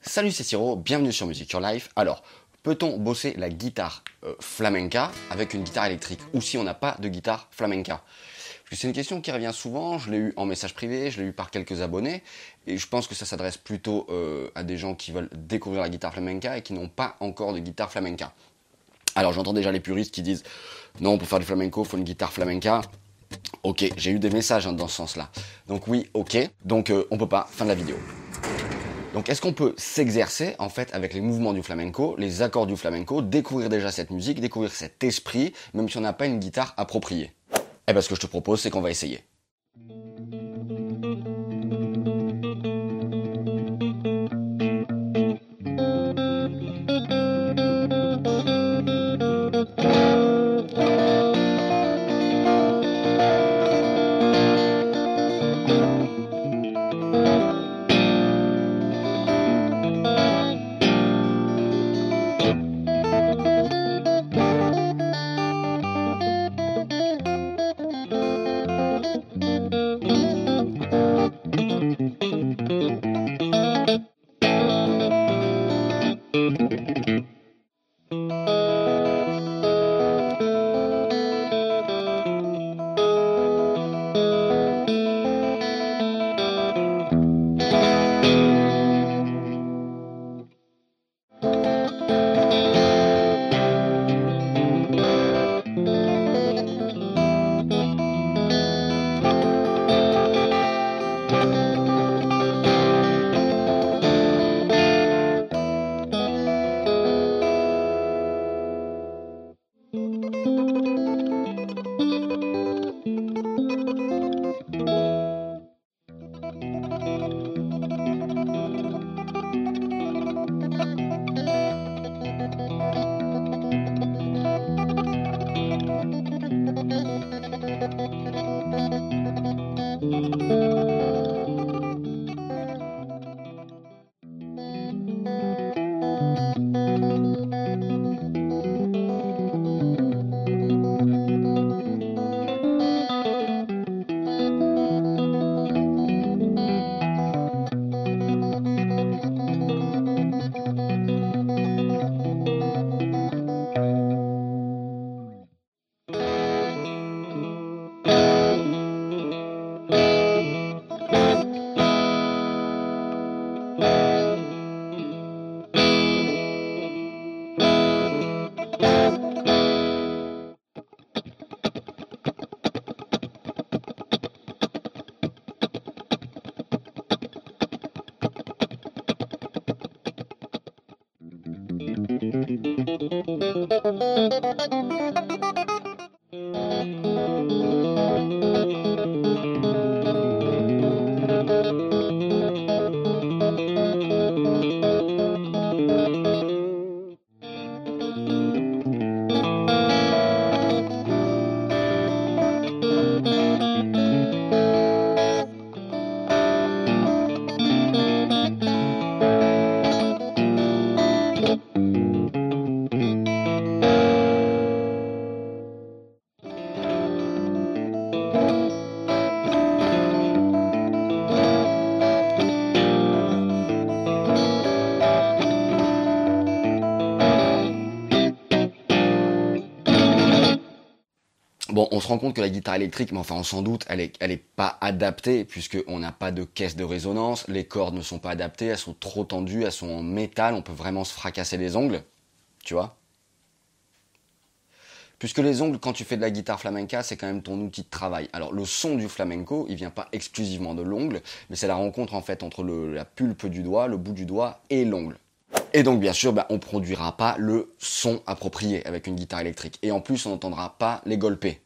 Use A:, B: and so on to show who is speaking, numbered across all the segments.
A: Salut, c'est Siro, bienvenue sur Music Your Life. Alors, peut-on bosser la guitare flamenca avec une guitare électrique ou si on n'a pas de guitare flamenca? C'est une question qui revient souvent, je l'ai eu en message privé, je l'ai eu par quelques abonnés et je pense que ça s'adresse plutôt à des gens qui veulent découvrir la guitare flamenca et qui n'ont pas encore de guitare flamenca. Alors j'entends déjà les puristes qui disent non, pour faire du flamenco, il faut une guitare flamenca. Ok, j'ai eu des messages dans ce sens-là. Donc oui, ok, donc on peut pas, fin de la vidéo. Donc est-ce qu'on peut s'exercer en fait avec les mouvements du flamenco, les accords du flamenco, découvrir déjà cette musique, découvrir cet esprit, même si on n'a pas une guitare appropriée? Eh bien ce que je te propose, c'est qu'on va essayer. Bon, on se rend compte que la guitare électrique, mais enfin on s'en doute, elle est pas adaptée puisqu'on n'a pas de caisse de résonance, les cordes ne sont pas adaptées, elles sont trop tendues, elles sont en métal, on peut vraiment se fracasser les ongles, tu vois. Puisque les ongles, quand tu fais de la guitare flamenca, c'est quand même ton outil de travail. Alors le son du flamenco, il vient pas exclusivement de l'ongle, mais c'est la rencontre en fait entre la pulpe du doigt, le bout du doigt et l'ongle. Et donc bien sûr, on ne produira pas le son approprié avec une guitare électrique. Et en plus, on n'entendra pas les golpes.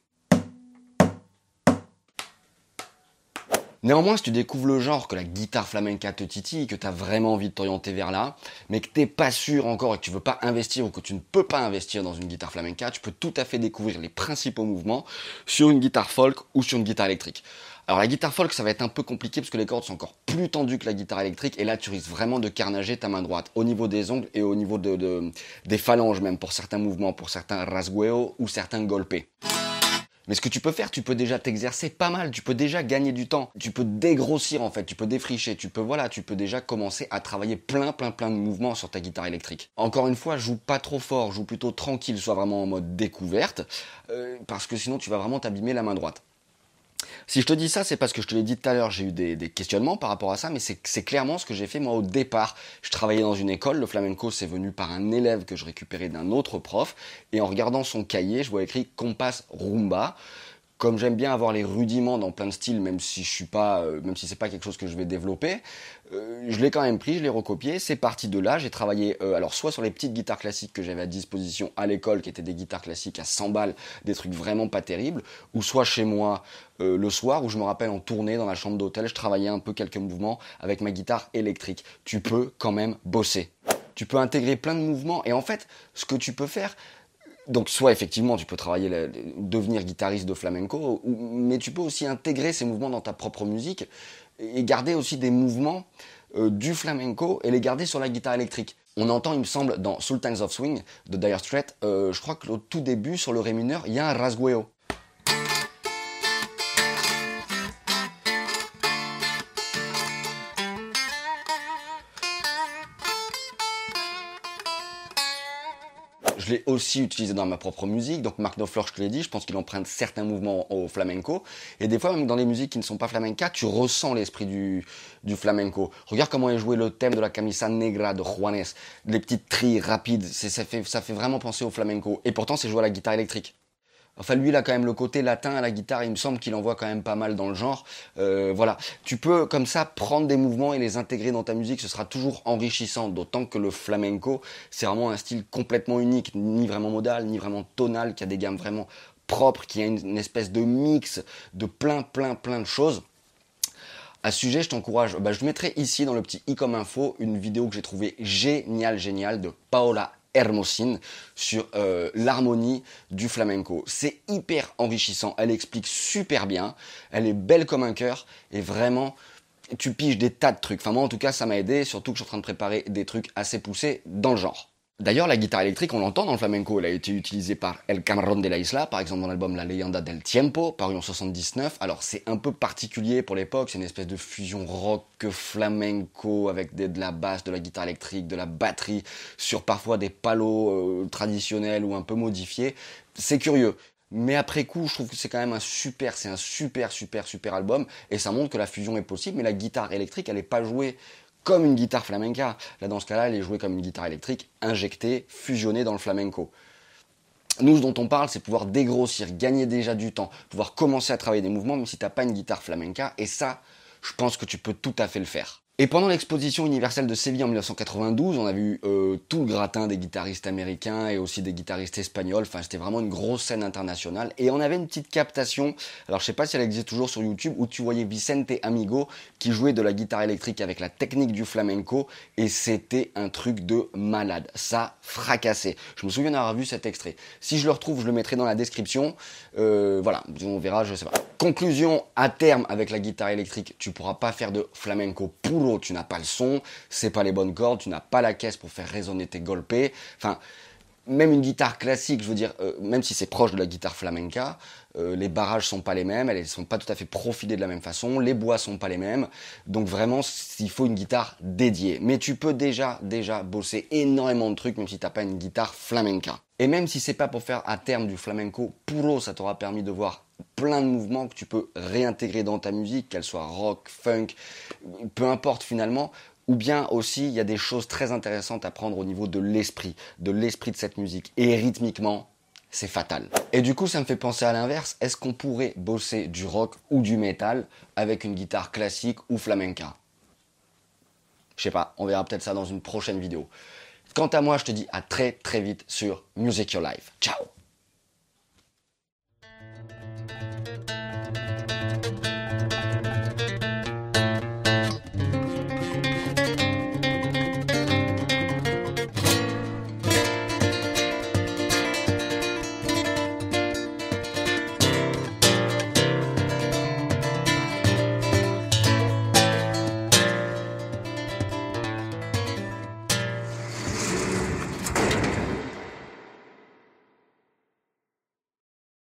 A: Néanmoins, si tu découvres le genre, que la guitare flamenca te titille, que tu as vraiment envie de t'orienter vers là, mais que tu n'es pas sûr encore et que tu ne veux pas investir ou que tu ne peux pas investir dans une guitare flamenca, tu peux tout à fait découvrir les principaux mouvements sur une guitare folk ou sur une guitare électrique. Alors la guitare folk, ça va être un peu compliqué parce que les cordes sont encore plus tendues que la guitare électrique et là tu risques vraiment de carnager ta main droite au niveau des ongles et au niveau des phalanges même pour certains mouvements, pour certains rasgueo ou certains golpes. Mais ce que tu peux faire, tu peux déjà t'exercer pas mal, tu peux déjà gagner du temps, tu peux dégrossir en fait, tu peux défricher, tu peux déjà commencer à travailler plein de mouvements sur ta guitare électrique. Encore une fois, joue pas trop fort, joue plutôt tranquille, sois vraiment en mode découverte, parce que sinon tu vas vraiment t'abîmer la main droite. Si je te dis ça, c'est parce que je te l'ai dit tout à l'heure, j'ai eu des questionnements par rapport à ça, mais c'est clairement ce que j'ai fait moi au départ. Je travaillais dans une école, le flamenco c'est venu par un élève que je récupérais d'un autre prof, et en regardant son cahier, je vois écrit Compass Rumba. Comme j'aime bien avoir les rudiments dans plein de styles, même si c'est pas quelque chose que je vais développer, je l'ai quand même pris, je l'ai recopié, c'est parti de là, j'ai travaillé alors soit sur les petites guitares classiques que j'avais à disposition à l'école, qui étaient des guitares classiques à 100 balles, des trucs vraiment pas terribles, ou soit chez moi le soir, où je me rappelle en tournée dans la chambre d'hôtel, je travaillais un peu quelques mouvements avec ma guitare électrique. Tu peux quand même bosser. Tu peux intégrer plein de mouvements, et en fait, ce que tu peux faire, donc soit effectivement tu peux devenir guitariste de flamenco, mais tu peux aussi intégrer ces mouvements dans ta propre musique et garder aussi des mouvements du flamenco et les garder sur la guitare électrique. On entend, il me semble, dans Sultans of Swing de Dire Straits, je crois qu'au tout début, sur le ré mineur, il y a un rasgueo. Je l'ai aussi utilisé dans ma propre musique, donc Mark Knopfler, je te l'ai dit, je pense qu'il emprunte certains mouvements au flamenco, et des fois même dans les musiques qui ne sont pas flamenca, tu ressens l'esprit du flamenco. Regarde comment est joué le thème de la Camisa Negra de Juanes, les petites trilles rapides, ça fait vraiment penser au flamenco, et pourtant c'est joué à la guitare électrique. Enfin, lui, il a quand même le côté latin à la guitare, il me semble qu'il envoie quand même pas mal dans le genre. Voilà, tu peux comme ça prendre des mouvements et les intégrer dans ta musique, ce sera toujours enrichissant, d'autant que le flamenco, c'est vraiment un style complètement unique, ni vraiment modal, ni vraiment tonal, qui a des gammes vraiment propres, qui a une espèce de mix de plein de choses. À ce sujet, je t'encourage, je mettrai ici dans le petit i comme info une vidéo que j'ai trouvée géniale de Paola Hermosine sur l'harmonie du flamenco. C'est hyper enrichissant, elle explique super bien, elle est belle comme un cœur et vraiment tu piges des tas de trucs. Enfin moi en tout cas ça m'a aidé, surtout que je suis en train de préparer des trucs assez poussés dans le genre. D'ailleurs, la guitare électrique, on l'entend dans le flamenco, elle a été utilisée par El Camarón de la Isla, par exemple dans l'album La Leyenda del Tiempo, paru en 79. Alors c'est un peu particulier pour l'époque, c'est une espèce de fusion rock flamenco avec de la basse, de la guitare électrique, de la batterie, sur parfois des palos traditionnels ou un peu modifiés. C'est curieux. Mais après coup, je trouve que c'est quand même un super album, et ça montre que la fusion est possible, mais la guitare électrique, elle n'est pas jouée comme une guitare flamenca. Là, dans ce cas-là, elle est jouée comme une guitare électrique, injectée, fusionnée dans le flamenco. Nous, ce dont on parle, c'est pouvoir dégrossir, gagner déjà du temps, pouvoir commencer à travailler des mouvements, même si tu n'as pas une guitare flamenca, et ça, je pense que tu peux tout à fait le faire. Et pendant l'exposition universelle de Séville en 1992, on a vu tout le gratin des guitaristes américains et aussi des guitaristes espagnols. Enfin, c'était vraiment une grosse scène internationale. Et on avait une petite captation, alors je sais pas si elle existe toujours sur YouTube, où tu voyais Vicente Amigo qui jouait de la guitare électrique avec la technique du flamenco. Et c'était un truc de malade. Ça fracassait. Je me souviens d'avoir vu cet extrait. Si je le retrouve, je le mettrai dans la description. Voilà, on verra, je sais pas. Conclusion, à terme, avec la guitare électrique, tu pourras pas faire de flamenco puro. Tu n'as pas le son, c'est pas les bonnes cordes, tu n'as pas la caisse pour faire résonner tes golpes. Enfin, même une guitare classique, je veux dire, même si c'est proche de la guitare flamenca, les barrages sont pas les mêmes, elles sont pas tout à fait profilées de la même façon, les bois sont pas les mêmes, donc vraiment, il faut une guitare dédiée. Mais tu peux déjà bosser énormément de trucs, même si t'as pas une guitare flamenca. Et même si c'est pas pour faire à terme du flamenco puro, ça t'aura permis de voir plein de mouvements que tu peux réintégrer dans ta musique, qu'elle soit rock, funk, peu importe finalement. Ou bien aussi, il y a des choses très intéressantes à prendre au niveau de l'esprit de cette musique. Et rythmiquement, c'est fatal. Et du coup, ça me fait penser à l'inverse. Est-ce qu'on pourrait bosser du rock ou du métal avec une guitare classique ou flamenca? Je sais pas, on verra peut-être ça dans une prochaine vidéo. Quant à moi, je te dis à très vite sur Music Your Life. Ciao!